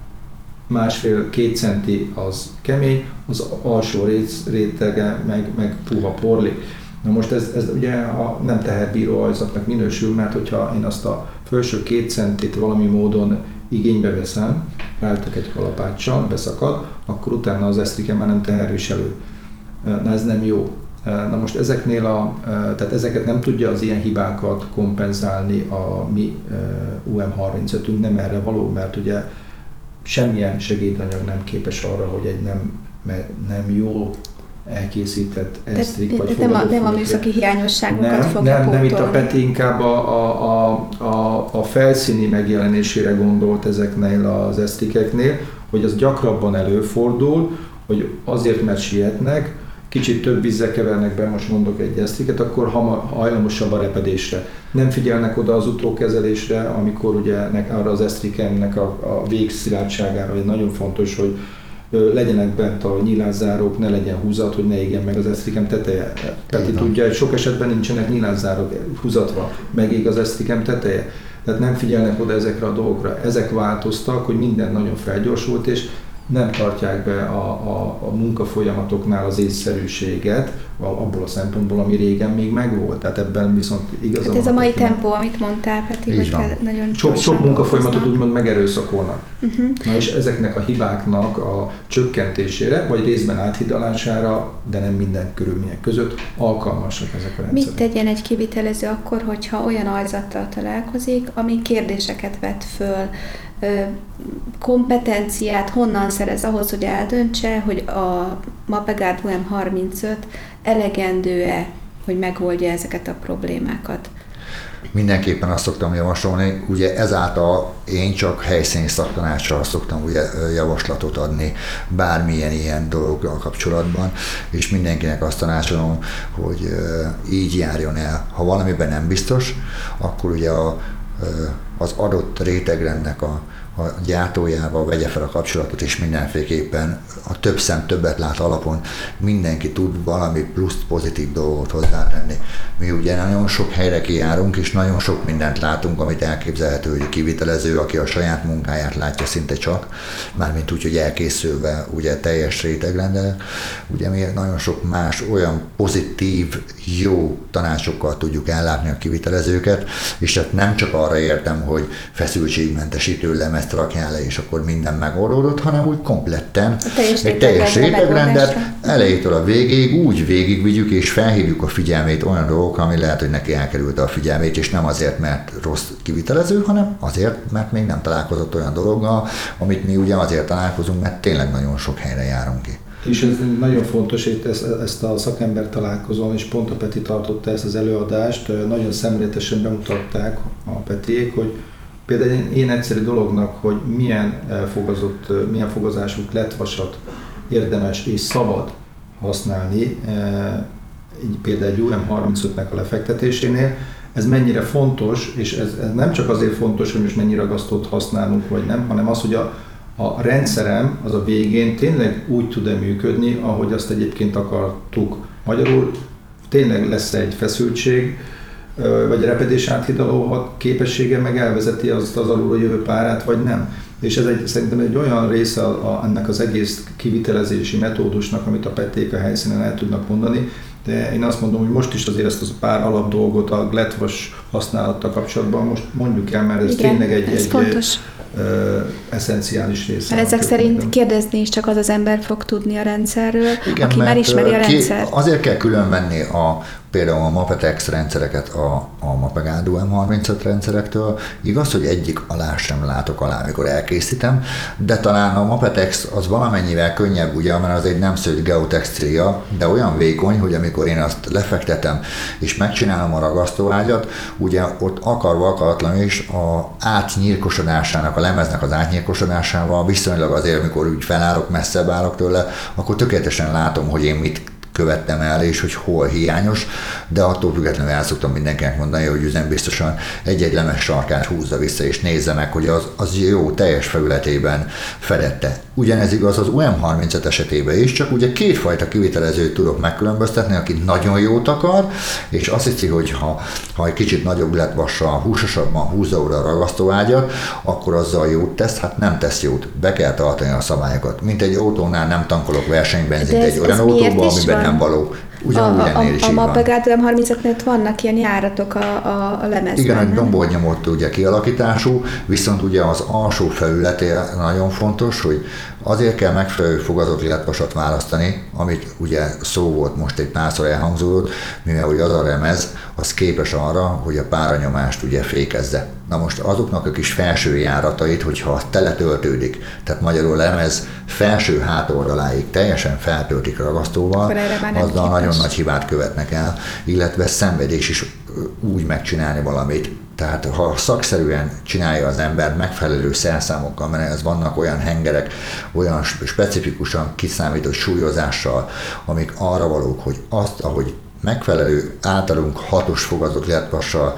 másfél-két centi az kemény, az alsó rétege meg, meg puha porli. Na most ez, ez ugye a nem teherbíró ajzatnak minősül, mert hogyha én azt a felső két centit valami módon igénybe veszem, ráütök egy kalapáccsal, beszakad, akkor utána az esztrike már nem teherviselő. Na ez nem jó. Na most ezeknél a, tehát ezeket nem tudja az ilyen hibákat kompenzálni a mi u em harmincötünk, nem erre való, mert ugye semmilyen segédanyag nem képes arra, hogy egy nem, nem jó elkészített esztrik vagy nem a, nem a műszaki hiányosságokat nem, fogja nem, pótolni. nem, itt a Peti inkább a, a, a, a felszíni megjelenésére gondolt ezeknél az esztrikeknél, hogy az gyakrabban előfordul, hogy azért, mert sietnek, kicsit több vízzel kevernek be, most mondok egy esztriket, akkor hajlamosabb a repedésre. Nem figyelnek oda az utókezelésre, amikor ugye arra az esztrikemnek a, a végszilárdságára, hogy nagyon fontos, hogy legyenek bent a nyilászárók, ne legyen húzat, hogy ne égjen meg az esztrikem teteje. Peti tudja, hogy sok esetben nincsenek nyilászárok húzatva, megég az esztrikem teteje. Tehát nem figyelnek oda ezekre a dolgokra. Ezek változtak, hogy minden nagyon felgyorsult, és nem tartják be a, a, a munkafolyamatoknál az észszerűséget, abból a szempontból, ami régen még megvolt. Tehát ebben viszont igazán... Hát ez a mai tempó, amit mondtál, Peti, hogy nagyon sok, sok munkafolyamatot úgymond megerőszakolnak. Uh-huh. Na és ezeknek a hibáknak a csökkentésére, vagy részben áthidalására, de nem minden körülmények között alkalmasak ezek a rendszerek. Mit tegyen egy kivitelező akkor, hogyha olyan ajzattal találkozik, ami kérdéseket vet föl, kompetenciát honnan szerez ahhoz, hogy eldöntse, hogy a Mapegard u em harmincöt elegendő-e, hogy megoldja ezeket a problémákat? Mindenképpen azt szoktam javasolni, ugye ezáltal én csak helyszíni szaktanácssal szoktam ugye javaslatot adni bármilyen ilyen dologgal kapcsolatban, és mindenkinek azt tanácsolom, hogy így járjon el. Ha valamiben nem biztos, akkor ugye a, az adott rétegrendnek a a gyártójával vegye fel a kapcsolatot, és mindenféleképpen a több szem többet lát alapon mindenki tud valami plusz pozitív dolgot hozzátenni. Mi ugye nagyon sok helyre kijárunk, és nagyon sok mindent látunk, amit elképzelhető, hogy kivitelező, aki a saját munkáját látja szinte csak, mármint úgy, hogy elkészülve ugye teljes rétegrendel. Ugye mi nagyon sok más olyan pozitív, jó tanácsokkal tudjuk ellátni a kivitelezőket, és tehát nem csak arra értem, hogy feszültségmentesítő lemez rakjál le, és akkor minden megoldódott, hanem úgy kompletten teljes egy teljes rétegrendet elejétől a végéig úgy végigvigyük, és felhívjuk a figyelmét olyan dolgokra, ami lehet, hogy neki elkerülte a figyelmét, és nem azért, mert rossz kivitelező, hanem azért, mert még nem találkozott olyan dologgal, amit mi ugye azért találkozunk, mert tényleg nagyon sok helyre járunk ki. És ez nagyon fontos, hogy ezt, ezt a szakember találkozón, és pont a Peti tartotta ezt az előadást, nagyon szemléletesen bemutatták a Petiék, hogy például én egyszerű dolognak, hogy milyen fogazott, milyen fogazású lettvasat érdemes és szabad használni, így például egy u em harmincötnek a lefektetésénél, ez mennyire fontos, és ez, ez nem csak azért fontos, hogy most mennyi ragasztót használunk, vagy nem, hanem az, hogy a, a rendszerem az a végén tényleg úgy tud-e működni, ahogy azt egyébként akartuk. Magyarul tényleg lesz egy feszültség, vagy repedés áthidaló képessége, meg elvezeti azt az alulról jövő párát, vagy nem. És ez egy, szerintem egy olyan része a, a, ennek az egész kivitelezési metódusnak, amit a Peték a helyszínen el tudnak mondani, de én azt mondom, hogy most is azért ezt a pár alap dolgot a glettvas használattal kapcsolatban most mondjuk el, mert ez igen, tényleg egy, ez egy, fontos. ö, eszenciális része. Mert ezek szerint kérdezni is csak az az ember fog tudni a rendszerről, igen, aki már ismeri a ki, rendszert. Azért kell különvenni a, például a Mapetex rendszereket a, a Mapegado em harmincöt rendszerektől. Igaz, hogy egyik alá sem látok alá, amikor elkészítem, de talán a Mapetex az valamennyivel könnyebb, ugye, mert az egy nem szőtt geotextria, de olyan vékony, hogy amikor én azt lefektetem és megcsinálom a ragasztóágyat, ugye ott akarva akaratlanul is a átnyírkosodásának, a lemeznek az átnyírkosodásával viszonylag azért, amikor úgy felállok, messzebb állok tőle, akkor tökéletesen látom, hogy én mit követtem el, és hogy hol hiányos, de attól függetlenül el szoktam mindenkinek mondani, hogy üzembiztosan egy-egy lemez sarkát húzza vissza, és nézze meg, hogy az, az jó, teljes felületében fedette. Ugyanez igaz az u em harmincöt esetében is, csak ugye kétfajta kivitelezőt tudok megkülönböztetni, aki nagyon jót akar, és azt hiszi, hogy ha, ha egy kicsit nagyobb lett vassal, húsosabban húzza oda a ragasztóágyat, akkor azzal jót tesz, hát nem tesz jót. Be kell tartani a szabályokat. Mint egy autónál nem tankolok versenybenzint egy olyan autóba, amiben nem való. Ugyanúgy a, ennél is a, így a van. Mapegado em harmincötnél vannak ilyen járatok a, a, a lemezben. Igen, egy dombornyomott ugye kialakítású, viszont ugye az alsó felülete nagyon fontos, hogy azért kell megfelelő fogazott életvasat választani, amit ugye szó volt most egy párszor elhangzódott, mivel hogy az a lemez, az képes arra, hogy a páranyomást ugye fékezze. Na most azoknak a kis felső járatait, hogyha teletöltődik, tehát magyarul lemez felső hátoldaláig teljesen feltöltik ragasztóval, azzal nagyon nagy hibát követnek el, illetve szenvedés is úgy megcsinálni valamit. Tehát ha szakszerűen csinálja az ember megfelelő szerszámokkal, mert ez vannak olyan hengerek, olyan specifikusan kiszámított súlyozással, amik arra valók, hogy azt, ahogy megfelelő általunk hatos fogazott létvassal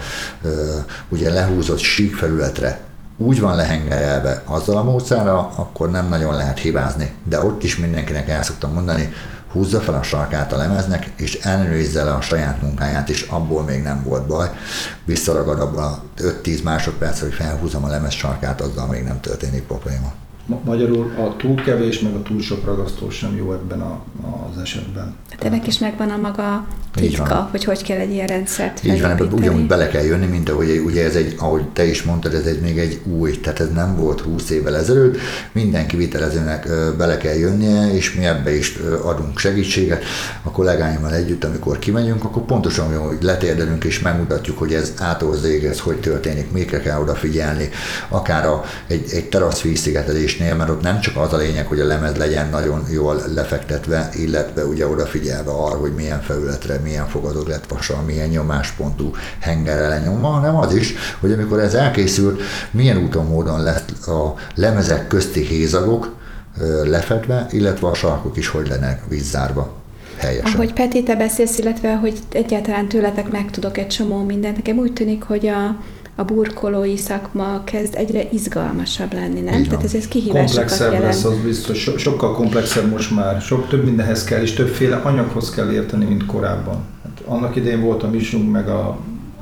ugye lehúzott sík felületre úgy van lehengerelve azzal a módszerrel, akkor nem nagyon lehet hibázni. De ott is mindenkinek el szoktam mondani, húzza fel a sarkát a lemeznek, és ellenőrizze le a saját munkáját, és abból még nem volt baj. Visszaragad abban a öt-tíz másodperc, hogy felhúzom a lemez sarkát, azzal még nem történik probléma. Magyarul a túl kevés, meg a túl sok ragasztó sem jó ebben a, az esetben. Hát ennek is megvan a maga titka, hogy hogy kell egy ilyen rendszert Így van, ebben ugyanúgy bele kell jönni, mint ahogy ugye ez egy, ahogy te is mondtad, ez egy, még egy új, tehát ez nem volt húsz évvel ezelőtt, minden kivitelezőnek bele kell jönnie, és mi ebbe is adunk segítséget. A kollégáimmal együtt, amikor kimegyünk, akkor pontosan olyan, hogy letérdelünk és megmutatjuk, hogy ez ától zég, ez hogy történik, mikre kell odafigyelni, akár a, egy, egy teraszvízszigetelésnél, mert ott nem csak az a lényeg, hogy a lemez legyen nagyon jól lefektetve, illetve ugye odafigyelve arra, hogy milyen felületre, milyen fogadott létvassal, milyen nyomáspontú hengerre lenyomva, hanem az is, hogy amikor ez elkészült, milyen úton módon lett a lemezek közti hézagok lefedve, illetve a sarkok is hogy lennek vízzárva helyesen. Ahogy Peti, te beszélsz, illetve hogy egyáltalán tőletek megtudok egy csomó mindent, nekem úgy tűnik, hogy a a burkolói szakma kezd egyre izgalmasabb lenni, nem? Tehát ez, ez kihívásokat jelent. Komplexebb lesz, az biztos. So, sokkal komplexebb most már. Sok több mindenhez kell, és többféle anyaghoz kell érteni, mint korábban. Hát annak idején volt a misunk, meg a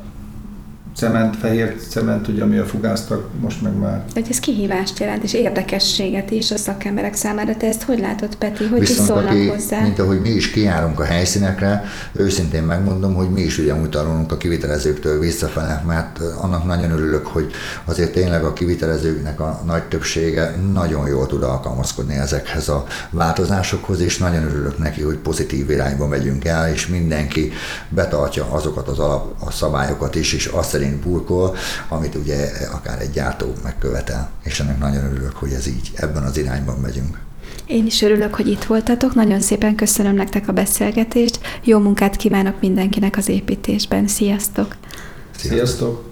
cement, fehér cement, ugye, ami a fugáztak, most meg már. De ez kihívást jelent, és érdekességet is a szakemberek számára. Te ezt hogy látod, Peti? Hogy Viszont is szólnak aki, hozzá? Mint ahogy mi is kijárunk a helyszínekre, őszintén megmondom, hogy mi is ugyanúgy tanulunk a kivitelezőktől visszafele, mert annak nagyon örülök, hogy azért tényleg a kivitelezőknek a nagy többsége nagyon jól tud alkalmazkodni ezekhez a változásokhoz, és nagyon örülök neki, hogy pozitív irányba megyünk el, és mindenki betartja azokat az alap a szabályokat is, és azt szerint burkol, amit ugye akár egy gyártó megkövetel. És ennek nagyon örülök, hogy ez így, ebben az irányban megyünk. Én is örülök, hogy itt voltatok. Nagyon szépen köszönöm nektek a beszélgetést. Jó munkát kívánok mindenkinek az építésben. Sziasztok! Sziasztok!